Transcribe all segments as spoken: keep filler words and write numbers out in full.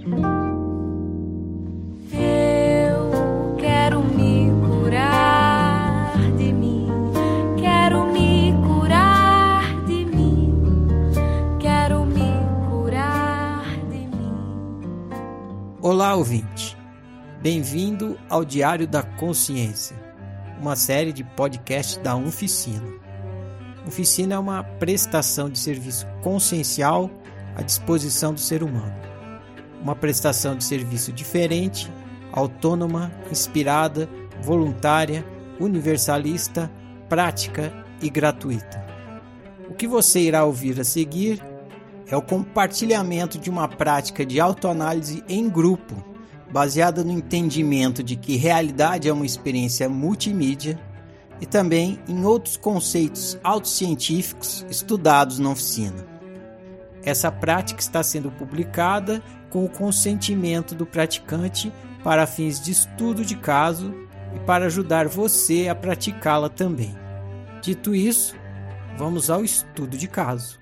Eu quero me curar de mim, quero me curar de mim, quero me curar de mim. Olá, ouvinte. Bem-vindo ao Diário da Consciência, uma série de podcasts da Unficina. Unficina é uma prestação de serviço consciencial à disposição do ser humano. Uma prestação de serviço diferente, autônoma, inspirada, voluntária, universalista, prática e gratuita. O que você irá ouvir a seguir é o compartilhamento de uma prática de autoanálise em grupo, baseada no entendimento de que realidade é uma experiência multimídia e também em outros conceitos autocientíficos estudados na oficina. Essa prática está sendo publicada com o consentimento do praticante para fins de estudo de caso e para ajudar você a praticá-la também. Dito isso, vamos ao estudo de caso.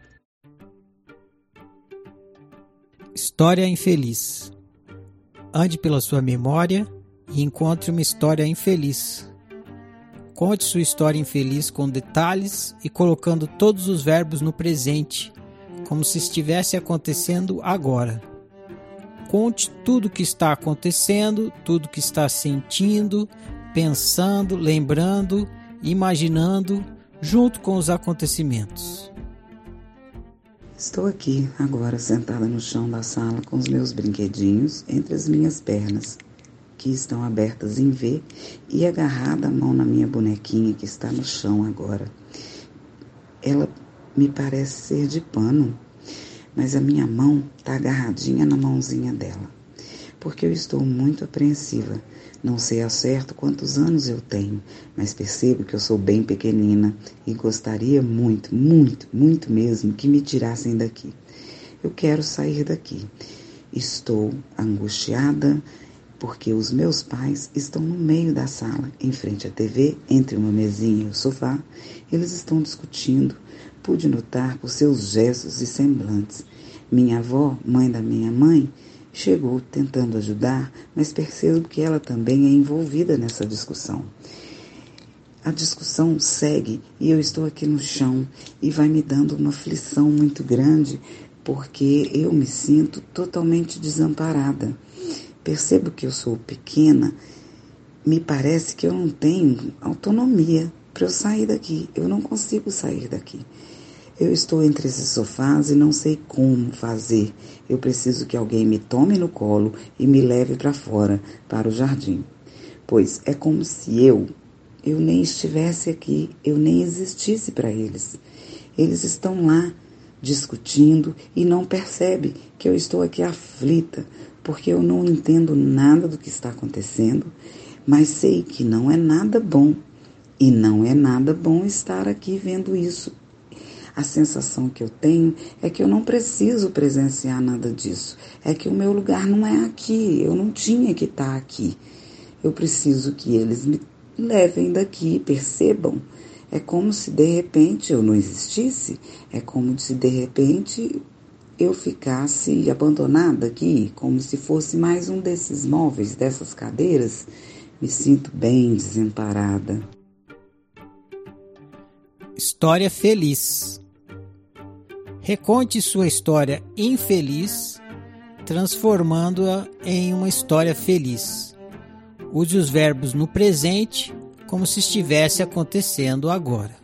História infeliz. Ande pela sua memória e encontre uma história infeliz. Conte sua história infeliz com detalhes e colocando todos os verbos no presente, como se estivesse acontecendo agora. Conte tudo o que está acontecendo, tudo o que está sentindo, pensando, lembrando, imaginando, junto com os acontecimentos. Estou aqui agora sentada no chão da sala com os meus brinquedinhos entre as minhas pernas, que estão abertas em V, e agarrada a mão na minha bonequinha que está no chão agora. Ela me parece ser de pano, mas a minha mão está agarradinha na mãozinha dela, porque eu estou muito apreensiva. Não sei ao certo quantos anos eu tenho, mas percebo que eu sou bem pequenina e gostaria muito, muito, muito mesmo que me tirassem daqui. Eu quero sair daqui. Estou angustiada porque os meus pais estão no meio da sala, em frente à T V, entre uma mesinha e o sofá. Eles estão discutindo. Pude notar por seus gestos e semblantes. Minha avó, mãe da minha mãe, chegou tentando ajudar, mas percebo que ela também é envolvida nessa discussão. A discussão segue e eu estou aqui no chão e vai me dando uma aflição muito grande porque eu me sinto totalmente desamparada. Percebo que eu sou pequena, me parece que eu não tenho autonomia para eu sair daqui. Eu não consigo sair daqui. Eu estou entre esses sofás e não sei como fazer. Eu preciso que alguém me tome no colo e me leve para fora, para o jardim. Pois é como se eu, eu nem estivesse aqui, eu nem existisse para eles. Eles estão lá discutindo e não percebem que eu estou aqui aflita, porque eu não entendo nada do que está acontecendo, mas sei que não é nada bom. E não é nada bom estar aqui vendo isso. A sensação que eu tenho é que eu não preciso presenciar nada disso. É que o meu lugar não é aqui. Eu não tinha que estar aqui. Eu preciso que eles me levem daqui, percebam. É como se de repente eu não existisse. É como se de repente eu ficasse abandonada aqui, como se fosse mais um desses móveis, dessas cadeiras. Me sinto bem desamparada. História feliz. Reconte sua história infeliz, transformando-a em uma história feliz. Use os verbos no presente, como se estivesse acontecendo agora.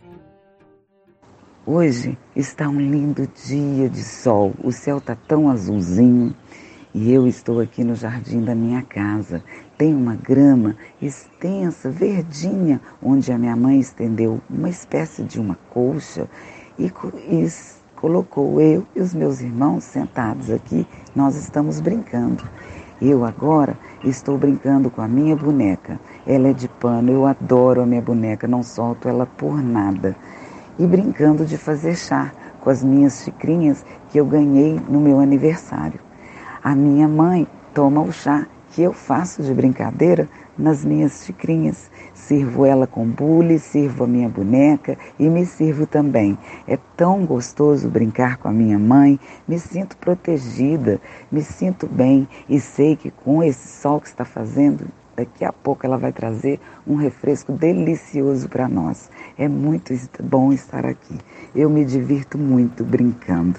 Hoje está um lindo dia de sol. O céu está tão azulzinho e eu estou aqui no jardim da minha casa. Tem uma grama extensa, verdinha, onde a minha mãe estendeu uma espécie de uma colcha e, e colocou eu e os meus irmãos sentados aqui. Nós estamos brincando. Eu agora estou brincando com a minha boneca. Ela é de pano, eu adoro a minha boneca, não solto ela por nada. E brincando de fazer chá com as minhas xicrinhas que eu ganhei no meu aniversário. A minha mãe toma o chá que eu faço de brincadeira nas minhas xicrinhas. Sirvo ela com bule, sirvo a minha boneca e me sirvo também. É tão gostoso brincar com a minha mãe, me sinto protegida, me sinto bem e sei que com esse sol que está fazendo, daqui a pouco ela vai trazer um refresco delicioso para nós. É muito bom estar aqui. Eu me divirto muito brincando.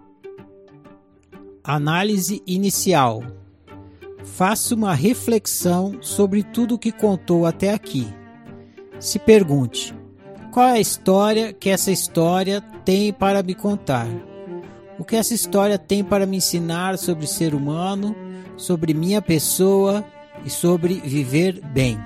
Análise inicial. Faça uma reflexão sobre tudo o que contou até aqui. Se pergunte, qual é a história que essa história tem para me contar? O que essa história tem para me ensinar sobre ser humano, sobre minha pessoa e sobre viver bem?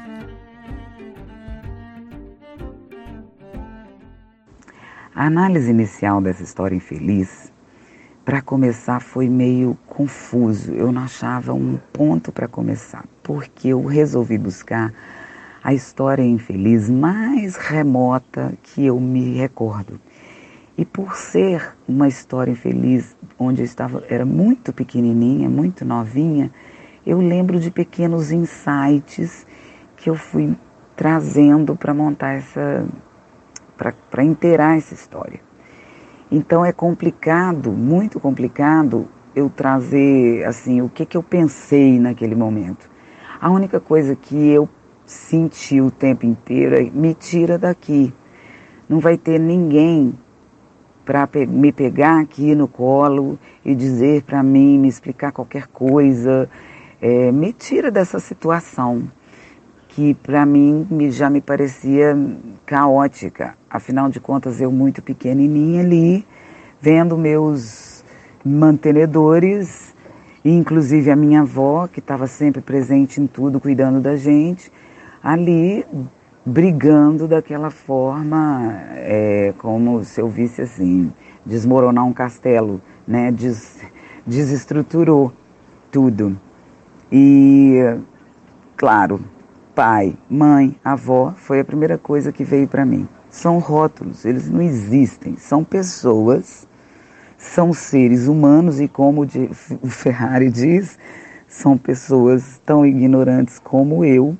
A análise inicial dessa história infeliz, para começar, foi meio confuso. Eu não achava um ponto para começar, porque eu resolvi buscar a história infeliz mais remota que eu me recordo. E por ser uma história infeliz, onde eu estava, era muito pequenininha, muito novinha, eu lembro de pequenos insights que eu fui trazendo para montar essa, para inteirar essa história. Então é complicado, muito complicado, eu trazer assim o que, que eu pensei naquele momento. A única coisa que eu senti o tempo inteiro é: me tira daqui. Não vai ter ninguém para pe- me pegar aqui no colo e dizer para mim, me explicar qualquer coisa. É, me tira dessa situação que para mim me, já me parecia caótica. Afinal de contas, eu muito pequenininha ali, vendo meus mantenedores, inclusive a minha avó, que estava sempre presente em tudo, cuidando da gente, ali brigando daquela forma, é, como se eu visse assim, desmoronar um castelo, né? Des, desestruturou tudo. E, claro, pai, mãe, avó, foi a primeira coisa que veio para mim. São rótulos, eles não existem, são pessoas, são seres humanos e, como o Ferrari diz, são pessoas tão ignorantes como eu,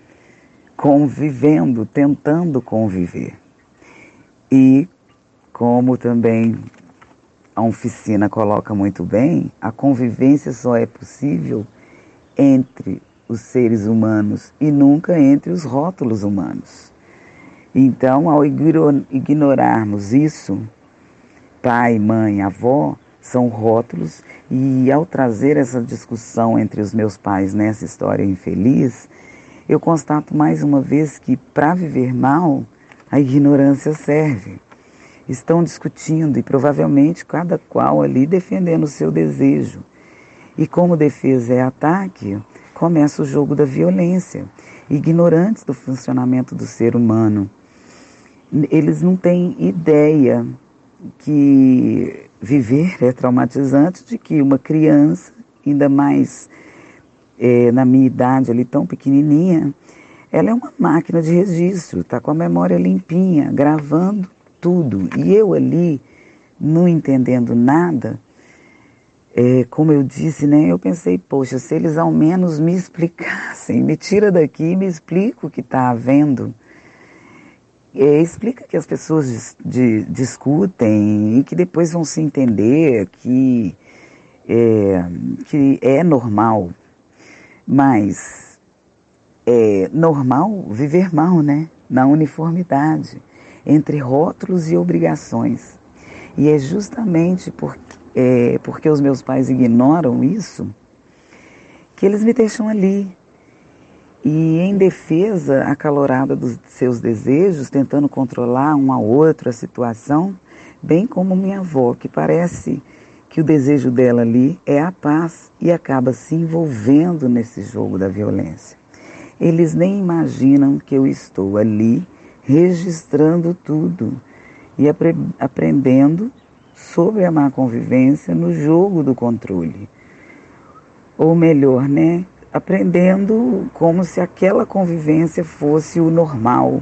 convivendo, tentando conviver. E, como também a oficina coloca muito bem, a convivência só é possível entre os seres humanos e nunca entre os rótulos humanos. Então, ao ignorarmos isso, pai, mãe, avó, são rótulos, e ao trazer essa discussão entre os meus pais nessa história infeliz, eu constato mais uma vez que, para viver mal, a ignorância serve. Estão discutindo e provavelmente cada qual ali defendendo o seu desejo. E como defesa é ataque, começa o jogo da violência, ignorantes do funcionamento do ser humano. Eles não têm ideia que viver é traumatizante, de que uma criança, ainda mais é, na minha idade ali tão pequenininha, ela é uma máquina de registro, está com a memória limpinha, gravando tudo. E eu ali, não entendendo nada, é, como eu disse, né, eu pensei, poxa, se eles ao menos me explicassem, me tira daqui e me explica o que está havendo. É, explica que as pessoas dis, de, discutem e que depois vão se entender que é, que é normal, mas é normal viver mal, né? Na uniformidade, entre rótulos e obrigações. E é justamente porque, é, porque os meus pais ignoram isso que eles me deixam ali. E em defesa acalorada dos seus desejos, tentando controlar um ao outro a situação, bem como minha avó, que parece que o desejo dela ali é a paz e acaba se envolvendo nesse jogo da violência. Eles nem imaginam que eu estou ali registrando tudo e apre- aprendendo sobre a má convivência no jogo do controle. Ou melhor, né? Aprendendo como se aquela convivência fosse o normal.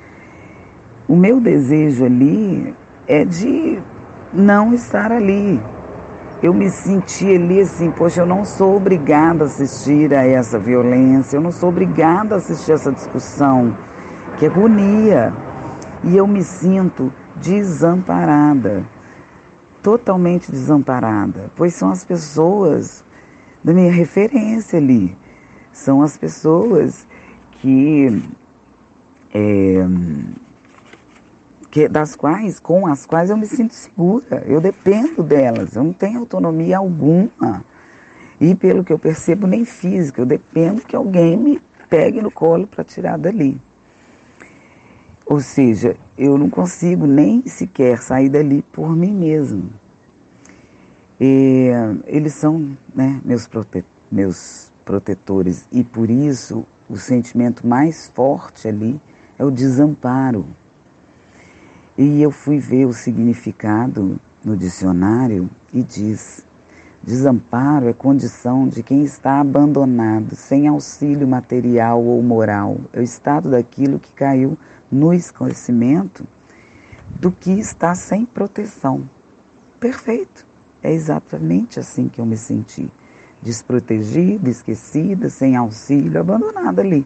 O meu desejo ali é de não estar ali. eu me senti ali assim, poxa, eu não sou obrigada a assistir a essa violência, eu não sou obrigada a assistir a essa discussão, que agonia. E eu me sinto desamparada, totalmente desamparada, pois são as pessoas da minha referência ali, são as pessoas que, é, que das quais, com as quais eu me sinto segura, eu dependo delas, eu não tenho autonomia alguma, e pelo que eu percebo nem física, eu dependo que alguém me pegue no colo para tirar dali. Ou seja, eu não consigo nem sequer sair dali por mim mesmo. E, eles são, né, meus, prote- meus protetores, e por isso o sentimento mais forte ali é o desamparo. E eu fui ver o significado no dicionário e diz: desamparo é condição de quem está abandonado, sem auxílio material ou moral. É o estado daquilo que caiu no esclarecimento do que está sem proteção. Perfeito. É exatamente assim que eu me senti. Desprotegida, esquecida, sem auxílio, abandonada ali.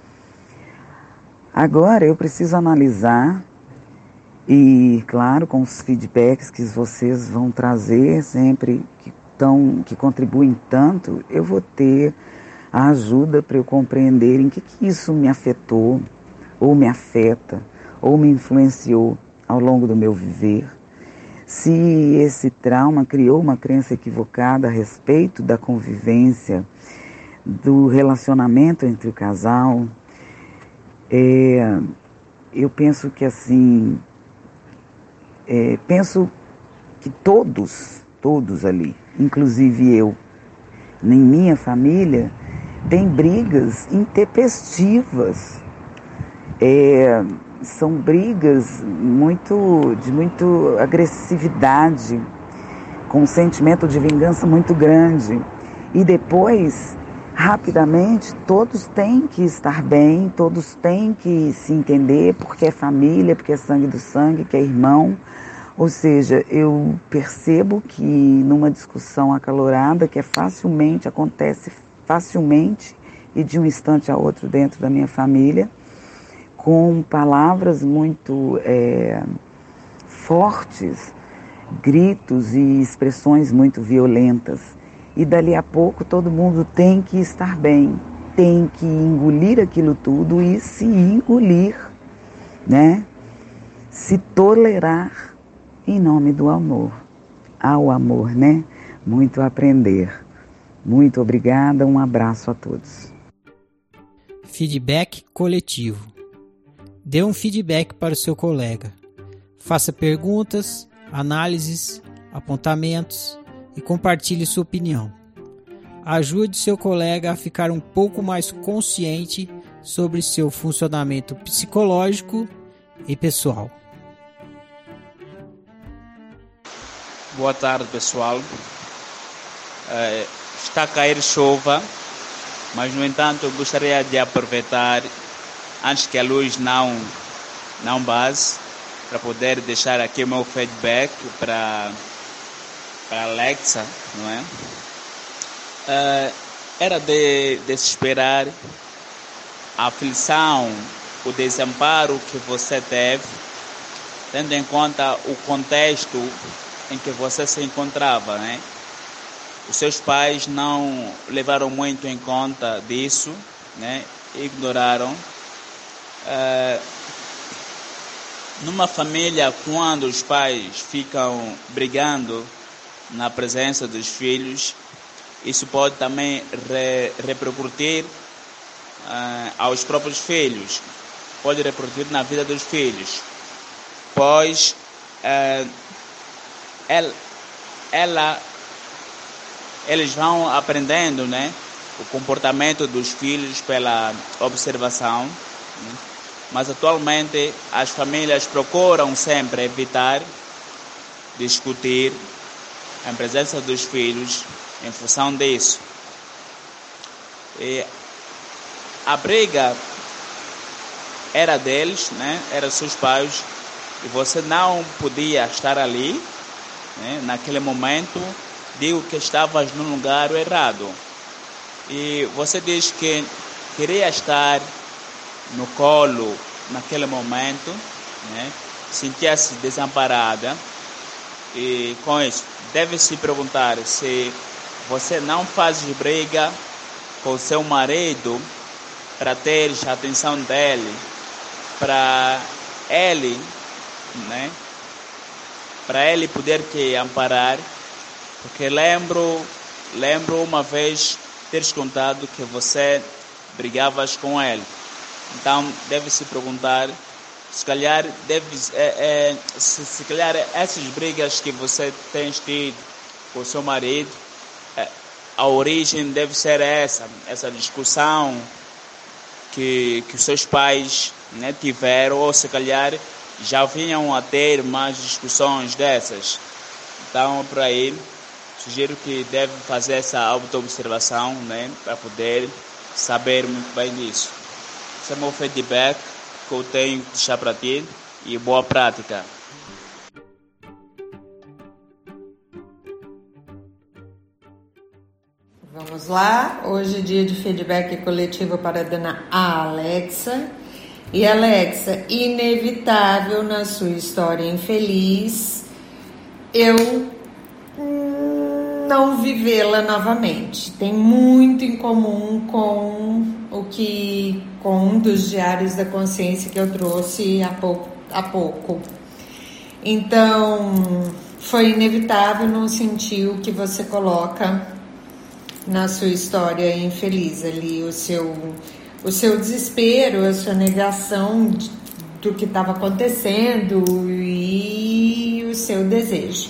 Agora eu preciso analisar e, claro, com os feedbacks que vocês vão trazer sempre, que, tão, que contribuem tanto, eu vou ter a ajuda para eu compreender em que, que isso me afetou, ou me afeta, ou me influenciou ao longo do meu viver. Se esse trauma criou uma crença equivocada a respeito da convivência, do relacionamento entre o casal, é, eu penso que assim, é, penso que todos, todos ali, inclusive eu, em minha família, tem brigas intempestivas. É, são brigas muito, de muita agressividade, com um sentimento de vingança muito grande. E depois, rapidamente, todos têm que estar bem, todos têm que se entender, porque é família, porque é sangue do sangue, que é irmão. Ou seja, eu percebo que numa discussão acalorada, que é facilmente, acontece facilmente e de um instante a outro dentro da minha família, com palavras muito é, fortes, gritos e expressões muito violentas. E dali a pouco todo mundo tem que estar bem, tem que engolir aquilo tudo e se engolir, né? Se tolerar em nome do amor. Ao amor, né? Muito a aprender. Muito obrigada, um abraço a todos. Feedback coletivo. Dê um feedback para o seu colega. Faça perguntas, análises, apontamentos e compartilhe sua opinião. Ajude seu colega a ficar um pouco mais consciente sobre seu funcionamento psicológico e pessoal. Boa tarde, pessoal. É, está a cair chuva, mas no entanto eu gostaria de aproveitar, antes que a luz não, não base, para poder deixar aqui o meu feedback para a Alexa, não é? Uh, era de, de se esperar a aflição, o desamparo que você teve, tendo em conta o contexto em que você se encontrava, né? Os seus pais não levaram muito em conta disso, né? Ignoraram. Uh, numa família, quando os pais ficam brigando na presença dos filhos, isso pode também re, repercutir uh, aos próprios filhos, pode repercutir na vida dos filhos, pois uh, ela, ela, eles vão aprendendo, né, o comportamento dos filhos pela observação, né? Mas atualmente as famílias procuram sempre evitar discutir em presença dos filhos em função disso. E a briga era deles, né? Era dos seus pais, e você não podia estar ali, né, naquele momento, digo que estavas no lugar errado. E você diz que queria estar no colo naquele momento, né? Sentia-se desamparada. E com isso, deve se perguntar se você não faz briga com seu marido para ter a atenção dele, para ele, né? Para ele poder te amparar, porque lembro, lembro uma vez teres contado que você brigavas com ele. Então deve se perguntar, se calhar deve, é, é, se, se calhar essas brigas que você tem tido com o seu marido, é, a origem deve ser essa, essa discussão que, que os seus pais, né, tiveram, ou se calhar já vinham a ter mais discussões dessas. Então, por aí, sugiro que deve fazer essa auto-observação, né, para poder saber muito bem disso. Esse é o meu feedback que eu tenho que deixar para ti e boa prática. Vamos lá, hoje é dia de feedback coletivo para a dona Alexa. E Alexa, inevitável na sua história infeliz eu não vivê-la novamente. Tem muito em comum com o que, com um dos diários da consciência que eu trouxe há pouco. Há pouco. Então, foi inevitável não sentir o que você coloca na sua história infeliz ali, o seu, o seu desespero, a sua negação do que estava acontecendo e o seu desejo.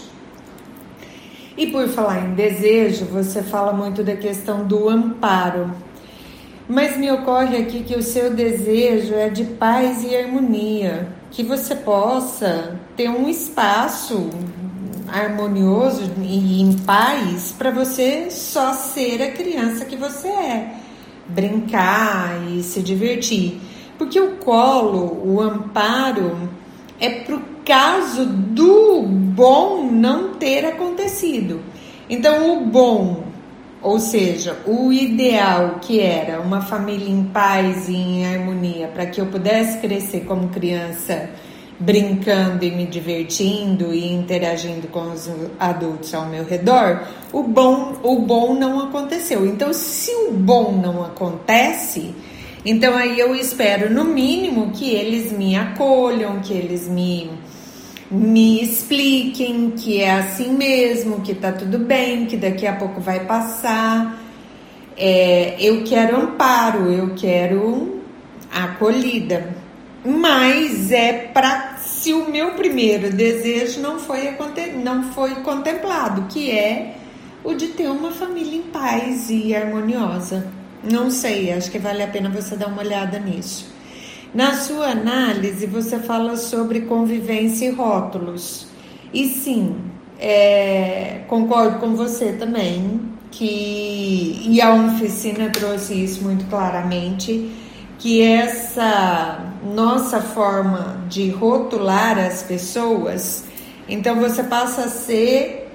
E por falar em desejo, você fala muito da questão do amparo, mas me ocorre aqui que o seu desejo é de paz e harmonia, que você possa ter um espaço harmonioso e em paz para você só ser a criança que você é, brincar e se divertir, porque o colo, o amparo é pro caso do bom não ter acontecido. Então o bom, ou seja, o ideal que era uma família em paz e em harmonia para que eu pudesse crescer como criança brincando e me divertindo e interagindo com os adultos ao meu redor, o bom, o bom não aconteceu. Então, se o bom não acontece, então aí eu espero, no mínimo, que eles me acolham, que eles me, me expliquem que é assim mesmo, que tá tudo bem, que daqui a pouco vai passar. É, eu quero amparo, eu quero acolhida. Mas é para se o meu primeiro desejo não foi, não foi contemplado, que é o de ter uma família em paz e harmoniosa. Não sei, acho que vale a pena você dar uma olhada nisso. Na sua análise, você fala sobre convivência e rótulos. E sim, é, concordo com você também, que, e a oficina trouxe isso muito claramente, que essa nossa forma de rotular as pessoas, então você passa a ser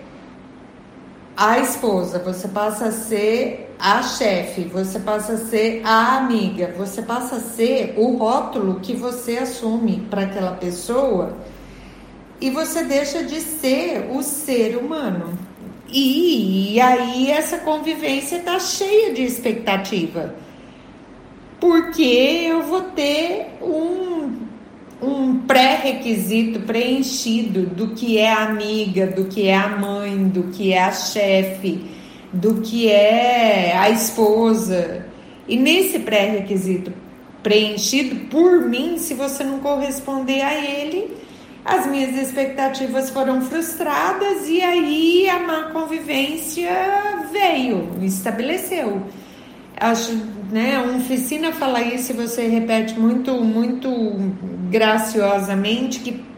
a esposa, você passa a ser a chefe, você passa a ser a amiga, você passa a ser o rótulo que você assume para aquela pessoa e você deixa de ser o ser humano. E, e aí essa convivência está cheia de expectativa. Porque eu vou ter um, um pré-requisito preenchido do que é a amiga, do que é a mãe, do que é a chefe, do que é a esposa. E nesse pré-requisito preenchido por mim, se você não corresponder a ele, as minhas expectativas foram frustradas e aí a má convivência veio, estabeleceu. Acho, né, a oficina fala isso e você repete muito, muito graciosamente que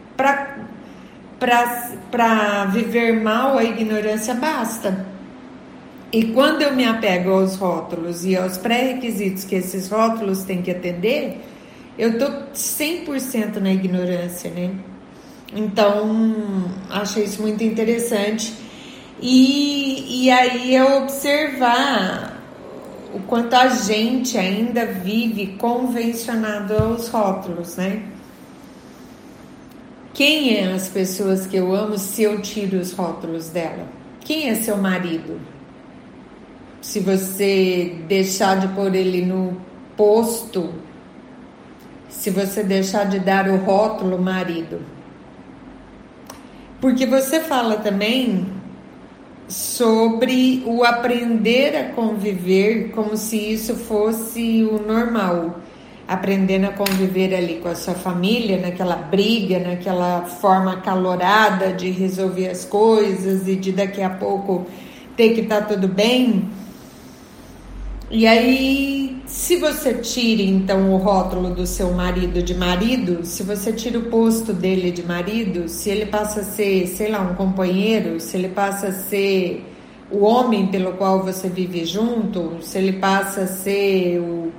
para viver mal a ignorância basta. E quando eu me apego aos rótulos e aos pré-requisitos que esses rótulos têm que atender, eu tô cem por cento na ignorância, né? Então, achei isso muito interessante. E, e aí é observar o quanto a gente ainda vive convencionado aos rótulos, né? Quem é as pessoas que eu amo se eu tiro os rótulos dela? Quem é seu marido? Se você deixar de pôr ele no posto, se você deixar de dar o rótulo marido. Porque você fala também sobre o aprender a conviver como se isso fosse o normal. Aprendendo a conviver ali com a sua família, naquela briga, naquela forma acalorada de resolver as coisas e de daqui a pouco ter que estar tudo bem. E aí, se você tira então o rótulo do seu marido de marido, se você tira o posto dele de marido, se ele passa a ser, sei lá, um companheiro, se ele passa a ser o homem pelo qual você vive junto, se ele passa a ser o,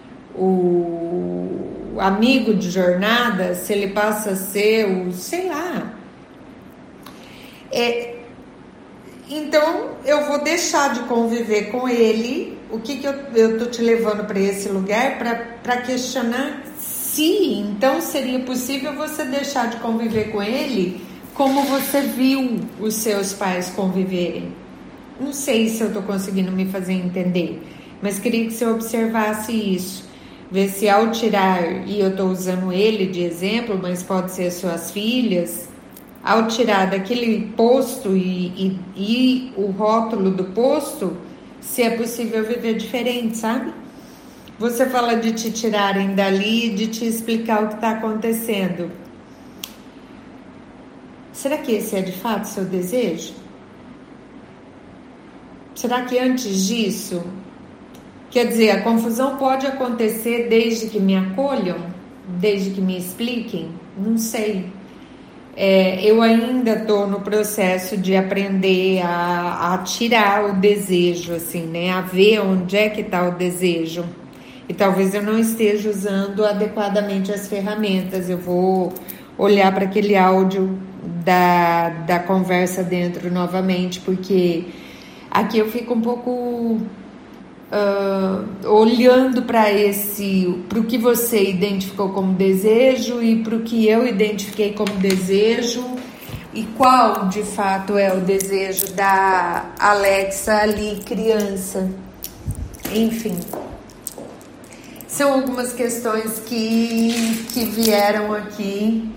o amigo de jornada, se ele passa a ser o, sei lá. É, então, eu vou deixar de conviver com ele. O que, que eu, eu tô te levando para esse lugar para questionar se então seria possível você deixar de conviver com ele como você viu os seus pais conviverem. Não sei se eu tô conseguindo me fazer entender, mas queria que você observasse isso. Ver se ao tirar, e eu tô usando ele de exemplo, mas pode ser suas filhas, ao tirar daquele posto e, e, e o rótulo do posto, se é possível viver diferente, sabe? Você fala de te tirarem dali, de te explicar o que está acontecendo. Será que esse é de fato seu desejo? Será que antes disso, quer dizer, a confusão pode acontecer desde que me acolham, desde que me expliquem? Não sei. É, eu ainda estou no processo de aprender a, a tirar o desejo, assim, né? A ver onde é que está o desejo. E talvez eu não esteja usando adequadamente as ferramentas. Eu vou olhar para aquele áudio da, da conversa dentro novamente, porque aqui eu fico um pouco uh, olhando para esse, para o que você identificou como desejo e para o que eu identifiquei como desejo, e qual de fato é o desejo da Alexa ali, criança. Enfim, são algumas questões que, que vieram aqui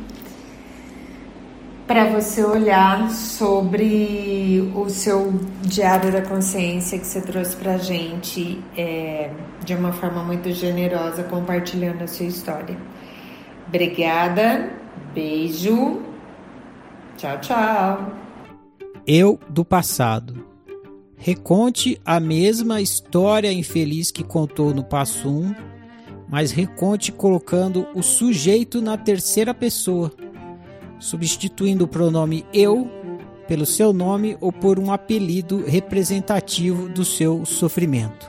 para você olhar sobre o seu diário da consciência que você trouxe para a gente, é, de uma forma muito generosa, compartilhando a sua história. Obrigada, beijo, tchau, tchau. Eu do passado. Reconte a mesma história infeliz que contou no passo um, mas reconte colocando o sujeito na terceira pessoa, substituindo o pronome eu pelo seu nome ou por um apelido representativo do seu sofrimento.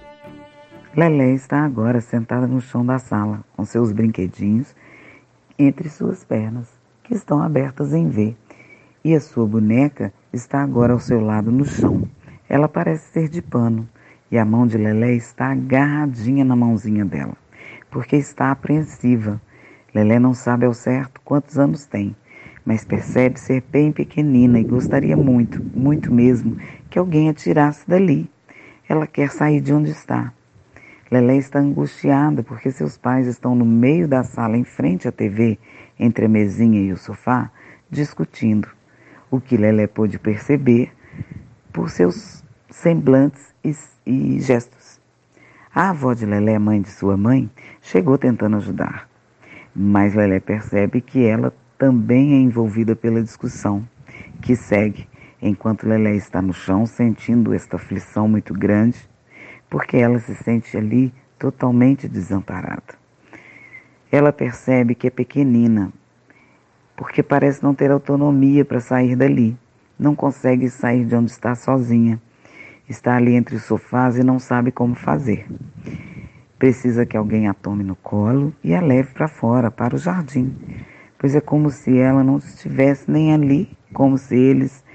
Lelé está agora sentada no chão da sala, com seus brinquedinhos entre suas pernas, que estão abertas em V, e a sua boneca está agora ao seu lado no chão. Ela parece ser de pano, e a mão de Lelé está agarradinha na mãozinha dela, porque está apreensiva. Lelé não sabe ao certo quantos anos tem, mas percebe ser bem pequenina e gostaria muito, muito mesmo, que alguém a tirasse dali. Ela quer sair de onde está. Lelé está angustiada porque seus pais estão no meio da sala, em frente à T V, entre a mesinha e o sofá, discutindo. O que Lelé pôde perceber por seus semblantes e, e gestos. A avó de Lelé, mãe de sua mãe, chegou tentando ajudar, mas Lelé percebe que ela também é envolvida pela discussão, que segue, enquanto Lelé está no chão sentindo esta aflição muito grande, porque ela se sente ali totalmente desamparada. Ela percebe que é pequenina, porque parece não ter autonomia para sair dali, não consegue sair de onde está sozinha, está ali entre os sofás e não sabe como fazer. Precisa que alguém a tome no colo e a leve para fora, para o jardim, pois é como se ela não estivesse nem ali, como se eles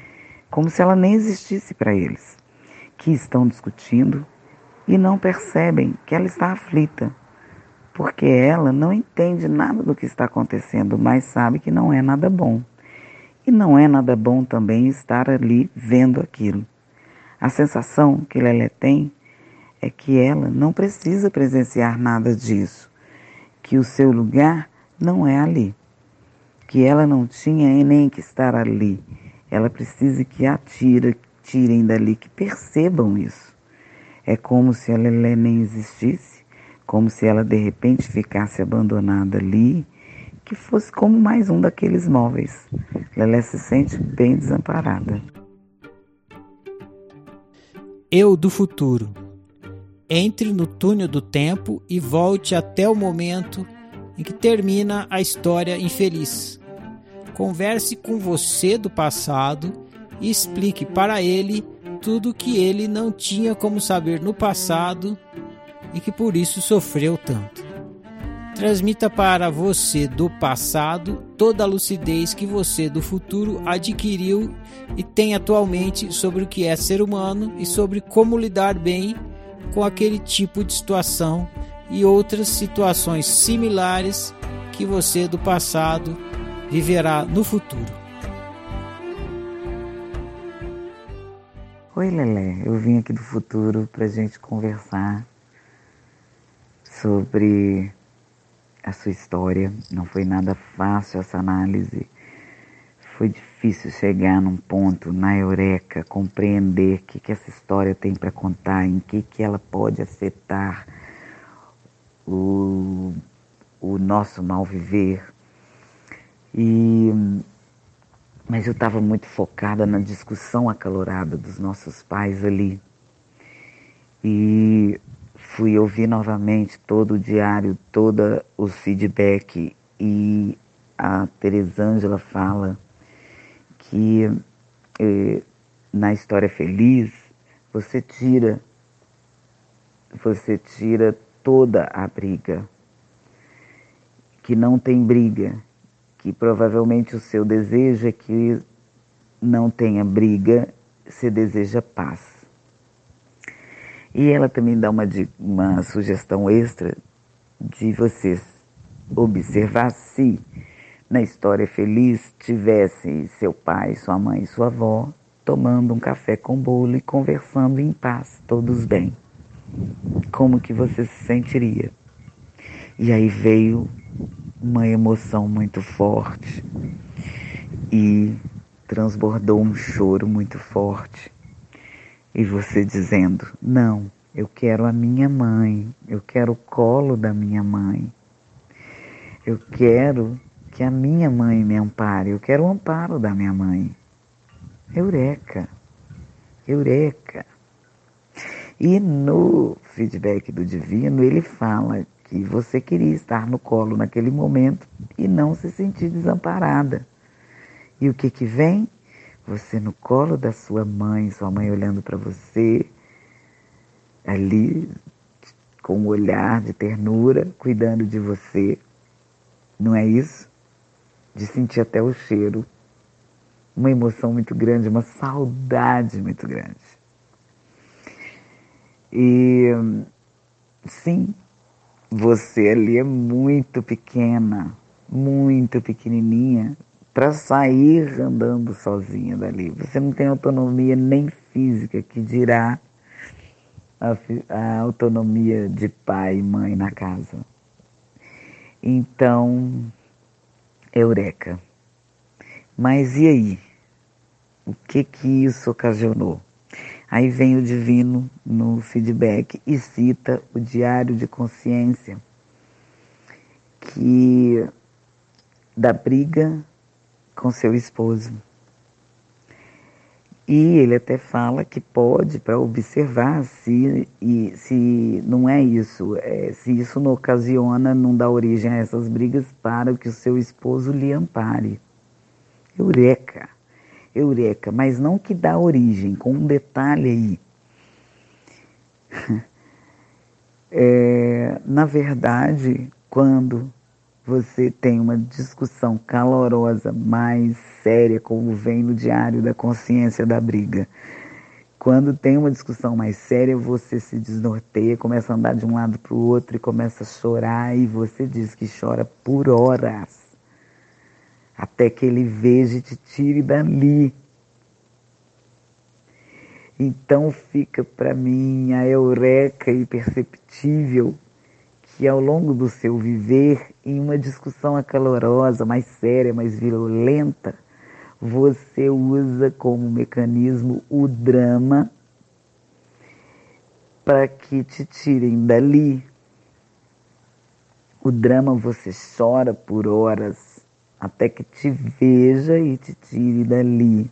como se ela nem existisse para eles, que estão discutindo e não percebem que ela está aflita, porque ela não entende nada do que está acontecendo, mas sabe que não é nada bom. E não é nada bom também estar ali vendo aquilo. A sensação que Lelé tem é que ela não precisa presenciar nada disso, que o seu lugar não é ali, que ela não tinha nem que estar ali. Ela precisa que a tira, tirem dali, que percebam isso. É como se a Lelé nem existisse, como se ela de repente ficasse abandonada ali, que fosse como mais um daqueles móveis. Lelé se sente bem desamparada. Eu do futuro. Entre no túnel do tempo e volte até o momento em que termina a história infeliz. Converse com você do passado e explique para ele tudo que ele não tinha como saber no passado e que por isso sofreu tanto. Transmita para você do passado toda a lucidez que você do futuro adquiriu e tem atualmente sobre o que é ser humano e sobre como lidar bem com aquele tipo de situação e outras situações similares que você do passado viverá no futuro. Oi, Lelé, eu vim aqui do futuro para a gente conversar sobre a sua história. Não foi nada fácil essa análise. Foi difícil chegar num ponto, na eureka, compreender o que, que essa história tem para contar, em que, que ela pode afetar o, o nosso mal viver. E, mas eu estava muito focada na discussão acalorada dos nossos pais ali. E fui ouvir novamente todo o diário, todo o feedback, e a Teresângela fala que eh, na história feliz você tira, você tira toda a briga, que não tem briga, que provavelmente o seu desejo é que não tenha briga, você deseja paz. E ela também dá uma, uma sugestão extra de você observar se na história feliz tivesse seu pai, sua mãe e sua avó tomando um café com bolo e conversando em paz, todos bem. Como que você se sentiria? E aí veio uma emoção muito forte e transbordou um choro muito forte. E você dizendo, não, eu quero a minha mãe, eu quero o colo da minha mãe, eu quero que a minha mãe me ampare, eu quero o amparo da minha mãe. Eureka, eureka. E no feedback do divino, ele fala que você queria estar no colo naquele momento e não se sentir desamparada. E o que que vem? Você no colo da sua mãe, sua mãe olhando para você, ali com um olhar de ternura, cuidando de você. Não é isso? De sentir até o cheiro. Uma emoção muito grande, uma saudade muito grande. E sim, você ali é muito pequena, muito pequenininha, para sair andando sozinha dali. Você não tem autonomia nem física, que dirá a, a autonomia de pai e mãe na casa. Então, eureka. Mas e aí? O que que isso ocasionou? Aí vem o divino no feedback e cita o diário de consciência, que da briga com seu esposo. E ele até fala que pode, para observar se, e, se não é isso, é, se isso não ocasiona, não dá origem a essas brigas, para que o seu esposo lhe ampare. Eureka, eureka, mas não que dá origem, com um detalhe aí. É, na verdade, quando você tem uma discussão calorosa, mais séria, como vem no Diário da Consciência da Briga. Quando tem uma discussão mais séria, você se desnorteia, começa a andar de um lado para o outro e começa a chorar, e você diz que chora por horas, até que ele veja e te tire dali. Então fica para mim a eureka imperceptível que ao longo do seu viver, em uma discussão acalorosa, mais séria, mais violenta, você usa como mecanismo o drama para que te tirem dali. O drama você chora por horas até que te veja e te tire dali.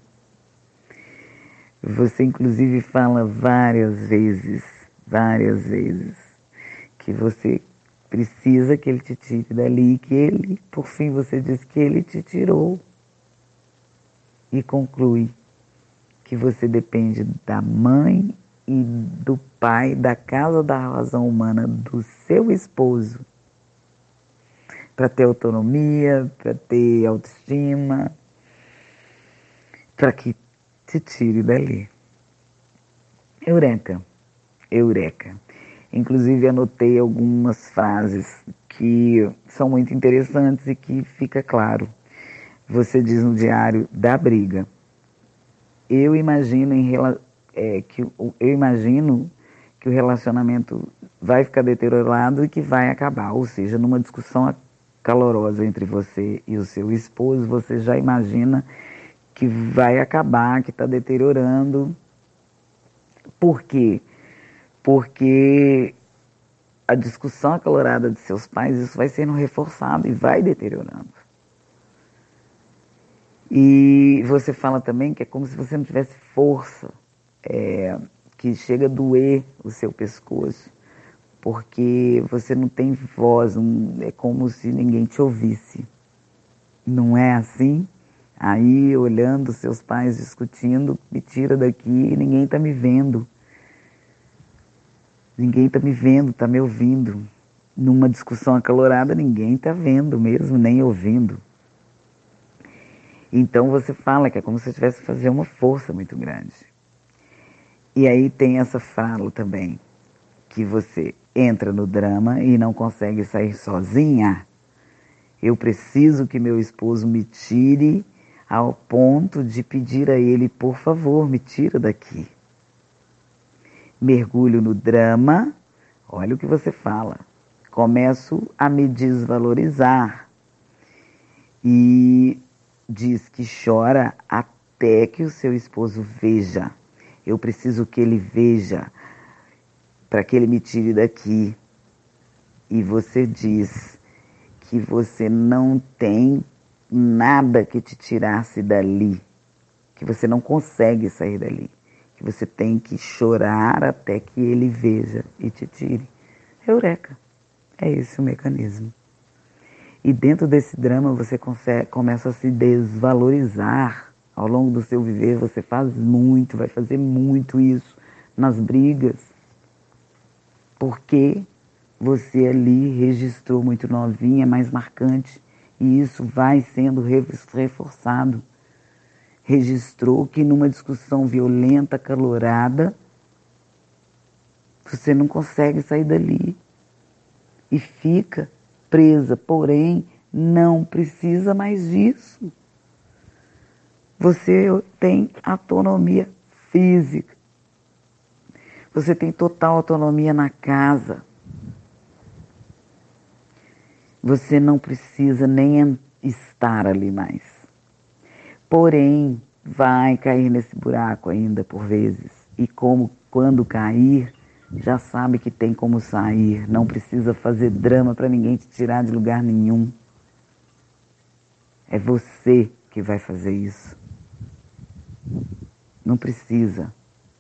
Você inclusive fala várias vezes, várias vezes, que você precisa que ele te tire dali, que ele, por fim você diz que ele te tirou. E conclui que você depende da mãe e do pai, da casa da razão humana, do seu esposo, para ter autonomia, para ter autoestima, para que te tire dali. Eureka, eureka. Inclusive anotei algumas frases que são muito interessantes e que fica claro. Você diz no Diário da Briga: eu imagino, em, é, que, eu imagino que o relacionamento vai ficar deteriorado e que vai acabar. Ou seja, numa discussão calorosa entre você e o seu esposo, você já imagina que vai acabar, que está deteriorando. Por quê? Porque a discussão acalorada de seus pais, isso vai sendo reforçado e vai deteriorando. E você fala também que é como se você não tivesse força, é, que chega a doer o seu pescoço, porque você não tem voz, um, é como se ninguém te ouvisse. Não é assim? Aí, olhando seus pais discutindo, me tira daqui e ninguém está me vendo. Ninguém está me vendo, está me ouvindo. Numa discussão acalorada, ninguém está vendo mesmo, nem ouvindo. Então você fala que é como se você tivesse que fazer uma força muito grande. E aí tem essa fala também, que você entra no drama e não consegue sair sozinha. Eu preciso que meu esposo me tire ao ponto de pedir a ele, por favor, me tira daqui. Mergulho no drama, olha o que você fala. Começo a me desvalorizar. E diz que chora até que o seu esposo veja. Eu preciso que ele veja para que ele me tire daqui. E você diz que você não tem nada que te tirasse dali, que você não consegue sair dali, que você tem que chorar até que ele veja e te tire. Eureka! É esse o mecanismo. E dentro desse drama você consegue, começa a se desvalorizar. Ao longo do seu viver você faz muito, vai fazer muito isso nas brigas. Porque você ali registrou muito novinha, mais marcante. E isso vai sendo reforçado. Registrou que numa discussão violenta, acalorada, você não consegue sair dali. E fica presa, porém, não precisa mais disso. Você tem autonomia física. Você tem total autonomia na casa. Você não precisa nem estar ali mais. Porém, vai cair nesse buraco ainda por vezes. E como quando cair, já sabe que tem como sair. Não precisa fazer drama para ninguém te tirar de lugar nenhum. É você que vai fazer isso. Não precisa.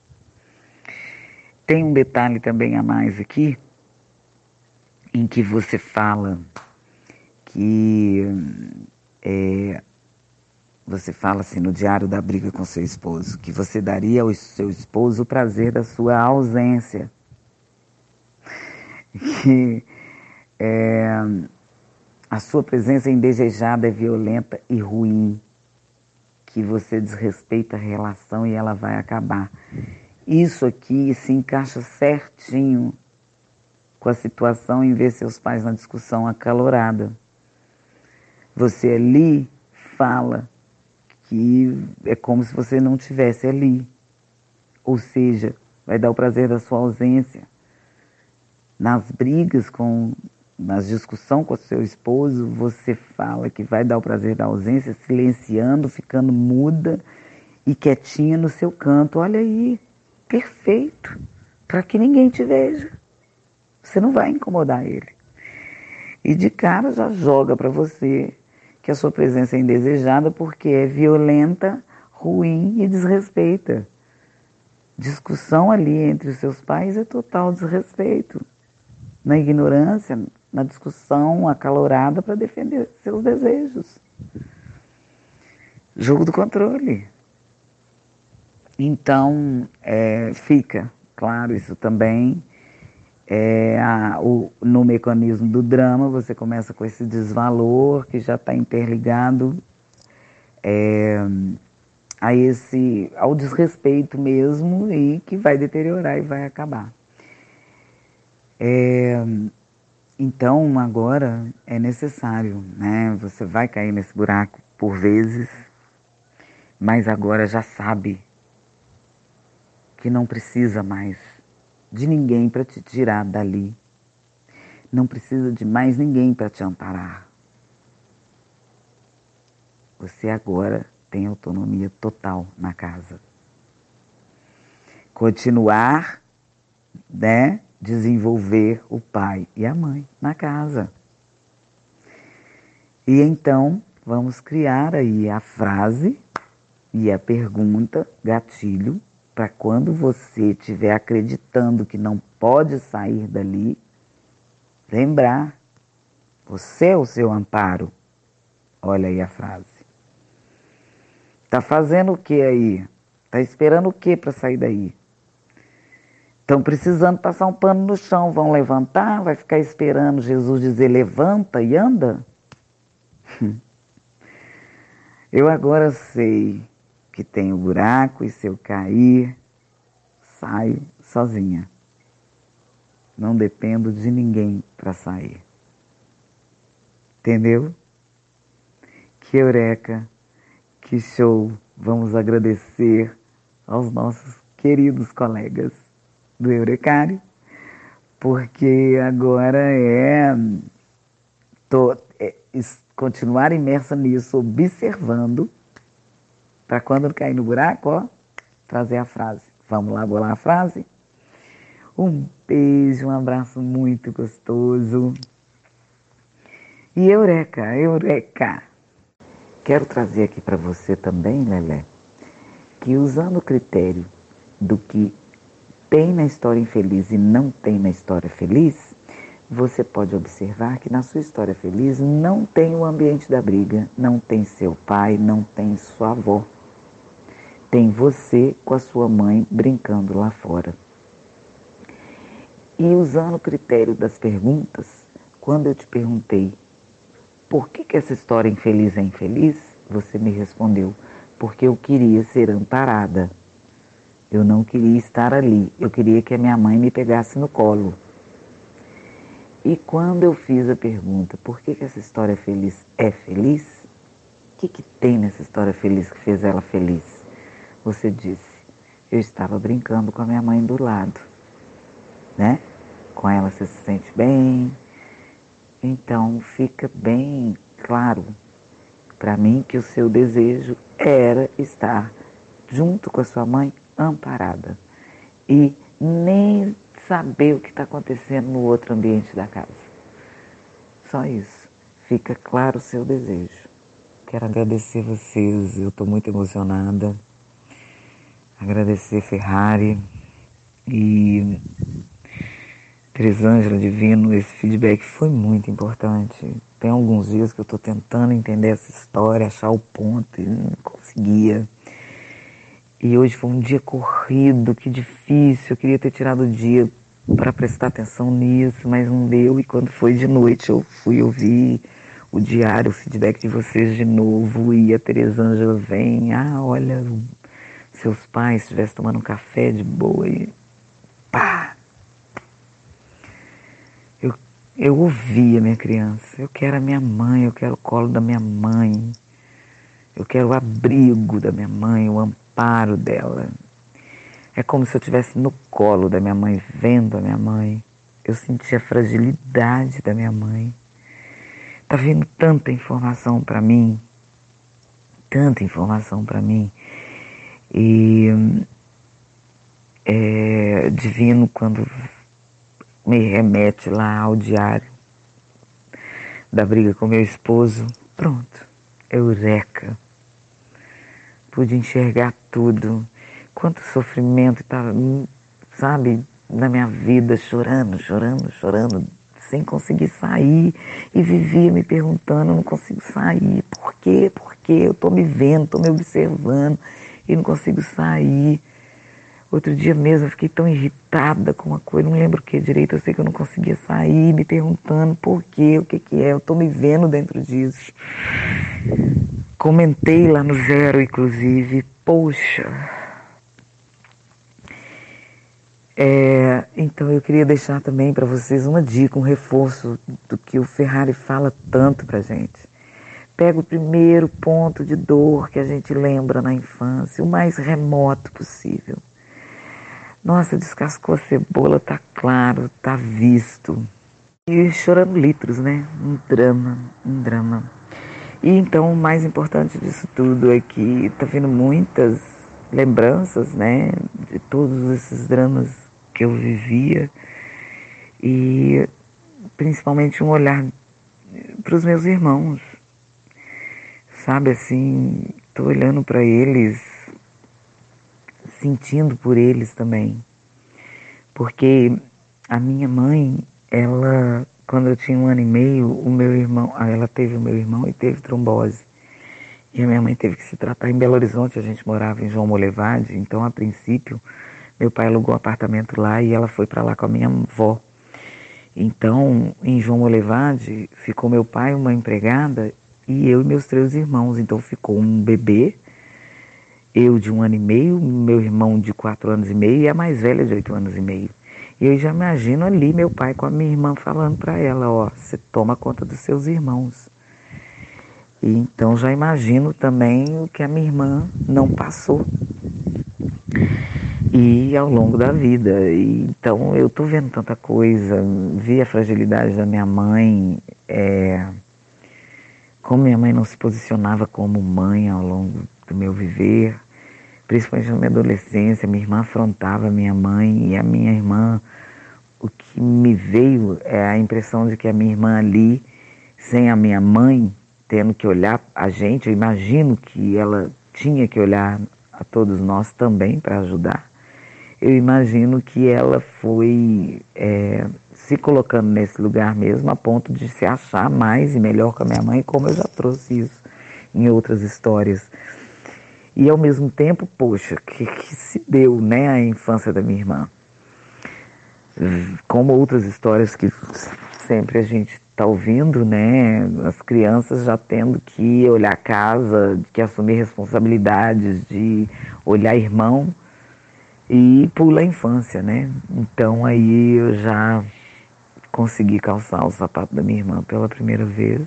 Tem um detalhe também a mais aqui, em que você fala que é, você fala assim no Diário da Briga com seu esposo, que você daria ao seu esposo o prazer da sua ausência. Que é, A sua presença indesejada é violenta e ruim, que você desrespeita a relação e ela vai acabar. Isso aqui se encaixa certinho com a situação em ver seus pais na discussão acalorada. Você ali fala que é como se você não estivesse ali. Ou seja, vai dar o prazer da sua ausência. Nas brigas, com, nas discussões com o seu esposo, você fala que vai dar o prazer da ausência, silenciando, ficando muda e quietinha no seu canto. Olha aí, perfeito, para que ninguém te veja. Você não vai incomodar ele. E de cara já joga para você que a sua presença é indesejada porque é violenta, ruim e desrespeita. Discussão ali entre os seus pais é total desrespeito. Na ignorância, na discussão acalorada para defender seus desejos. Jogo do controle. Então, é, fica claro isso também. É, a, o, no mecanismo do drama, você começa com esse desvalor que já está interligado é, a esse, ao desrespeito mesmo e que vai deteriorar e vai acabar. É, então, agora é necessário, né? Você vai cair nesse buraco por vezes, mas agora já sabe que não precisa mais de ninguém para te tirar dali. Não precisa de mais ninguém para te amparar. Você agora tem autonomia total na casa. Continuar, né, desenvolver o pai e a mãe na casa. E então, vamos criar aí a frase e a pergunta, gatilho, para quando você estiver acreditando que não pode sair dali, lembrar, você é o seu amparo. Olha aí a frase. Tá fazendo o que aí? Tá esperando o que para sair daí? Estão precisando passar um pano no chão, vão levantar, vai ficar esperando Jesus dizer levanta e anda? Eu agora sei que tem o buraco e se eu cair, saio sozinha. Não dependo de ninguém para sair. Entendeu? Que eureka, que show. Vamos agradecer aos nossos queridos colegas do Eurecário, porque agora é, tô, é continuar imersa nisso, observando, para quando cair no buraco, ó, trazer a frase. Vamos lá, bolar a frase? Um beijo, um abraço muito gostoso. E eureka, eureka! Quero trazer aqui para você também, Lelé, que usando o critério do que tem na história infeliz e não tem na história feliz, você pode observar que na sua história feliz não tem o ambiente da briga, não tem seu pai, não tem sua avó. Tem você com a sua mãe brincando lá fora. E usando o critério das perguntas, quando eu te perguntei por que, que essa história infeliz é infeliz, você me respondeu, porque eu queria ser amparada. Eu não queria estar ali, eu queria que a minha mãe me pegasse no colo. E quando eu fiz a pergunta, por que, que essa história feliz é feliz? O que, que tem nessa história feliz que fez ela feliz? Você disse, eu estava brincando com a minha mãe do lado, né? Com ela você se sente bem. Então fica bem claro para mim que o seu desejo era estar junto com a sua mãe amparada. E nem saber o que está acontecendo no outro ambiente da casa. Só isso. Fica claro o seu desejo. Quero agradecer vocês, eu estou muito emocionada. Agradecer Ferrari e Trisângela Divino, esse feedback foi muito importante. Tem alguns dias que eu estou tentando entender essa história, achar o ponto e não conseguia. E hoje foi um dia corrido, que difícil, eu queria ter tirado o dia para prestar atenção nisso, mas não deu. E quando foi de noite eu fui ouvir o diário, o feedback de vocês de novo, e a Teresângela vem, ah, olha, seus pais estivessem tomando um café de boa e pá! Eu, eu ouvi a minha criança, eu quero a minha mãe, eu quero o colo da minha mãe, eu quero o abrigo da minha mãe, o amparo dela. É como se eu estivesse no colo da minha mãe, vendo a minha mãe. Eu senti a fragilidade da minha mãe. Tá vindo tanta informação para mim, tanta informação para mim. E é divino quando me remete lá ao diário da briga com meu esposo. Pronto, eureka. Pude enxergar tudo. Quanto sofrimento estava, sabe, na minha vida, chorando, chorando, chorando, sem conseguir sair. E vivia me perguntando, eu não consigo sair. Por quê? Por quê? Eu estou me vendo, estou me observando e não consigo sair. Outro dia mesmo eu fiquei tão irritada com uma coisa, não lembro o que direito, eu sei que eu não conseguia sair, me perguntando por quê, o que que é, eu estou me vendo dentro disso. Comentei lá no Zero, inclusive, poxa... É, então eu queria deixar também para vocês uma dica, um reforço do que o Ferrari fala tanto pra gente. Pega o primeiro ponto de dor que a gente lembra na infância, o mais remoto possível. Nossa, descascou a cebola, tá claro, tá visto. E chorando litros, né? Um drama, um drama. E então o mais importante disso tudo é que tá vindo muitas lembranças, né? De todos esses dramas que eu vivia, e principalmente um olhar para os meus irmãos, sabe, assim, tô olhando para eles, sentindo por eles também, porque a minha mãe, ela, quando eu tinha um ano e meio, o meu irmão, ela teve o meu irmão e teve trombose, e a minha mãe teve que se tratar em Belo Horizonte, a gente morava em João Molevade, então a princípio meu pai alugou um apartamento lá e ela foi para lá com a minha avó. Então, em João Molevade, ficou meu pai, uma empregada, e eu e meus três irmãos. Então, ficou um bebê, eu de um ano e meio, meu irmão de quatro anos e meio e a mais velha de oito anos e meio. E eu já imagino ali meu pai com a minha irmã falando para ela, ó, você toma conta dos seus irmãos. E então, já imagino também o que a minha irmã não passou. E ao longo da vida, e, então eu tô vendo tanta coisa, vi a fragilidade da minha mãe, é, como minha mãe não se posicionava como mãe ao longo do meu viver, principalmente na minha adolescência, minha irmã afrontava a minha mãe, e a minha irmã, o que me veio é a impressão de que a minha irmã ali, sem a minha mãe, tendo que olhar a gente, eu imagino que ela tinha que olhar a todos nós também para ajudar. Eu imagino que ela foi é, se colocando nesse lugar mesmo a ponto de se achar mais e melhor que a minha mãe, como eu já trouxe isso em outras histórias. E ao mesmo tempo, poxa, que, que se deu, né, a infância da minha irmã. Como outras histórias que sempre a gente está ouvindo, né, as crianças já tendo que olhar a casa, que assumir responsabilidades, de olhar irmão, e pula a infância, né? Então aí eu já consegui calçar o sapato da minha irmã pela primeira vez.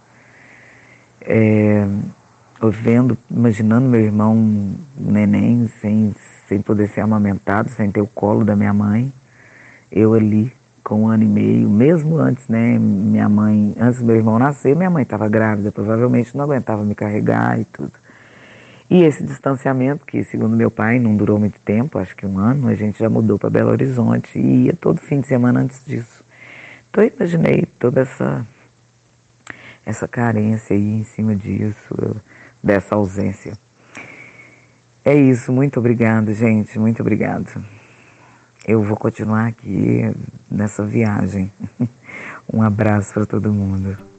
É, eu vendo, imaginando meu irmão neném, sem, sem poder ser amamentado, sem ter o colo da minha mãe. Eu ali, com um ano e meio, mesmo antes, né? Minha mãe, antes do meu irmão nascer, minha mãe estava grávida, provavelmente não aguentava me carregar e tudo. E esse distanciamento, que segundo meu pai não durou muito tempo, acho que um ano, a gente já mudou para Belo Horizonte e ia todo fim de semana antes disso. Então eu imaginei toda essa, essa carência aí em cima disso, dessa ausência. É isso, muito obrigado, gente, muito obrigado. Eu vou continuar aqui nessa viagem. Um abraço para todo mundo.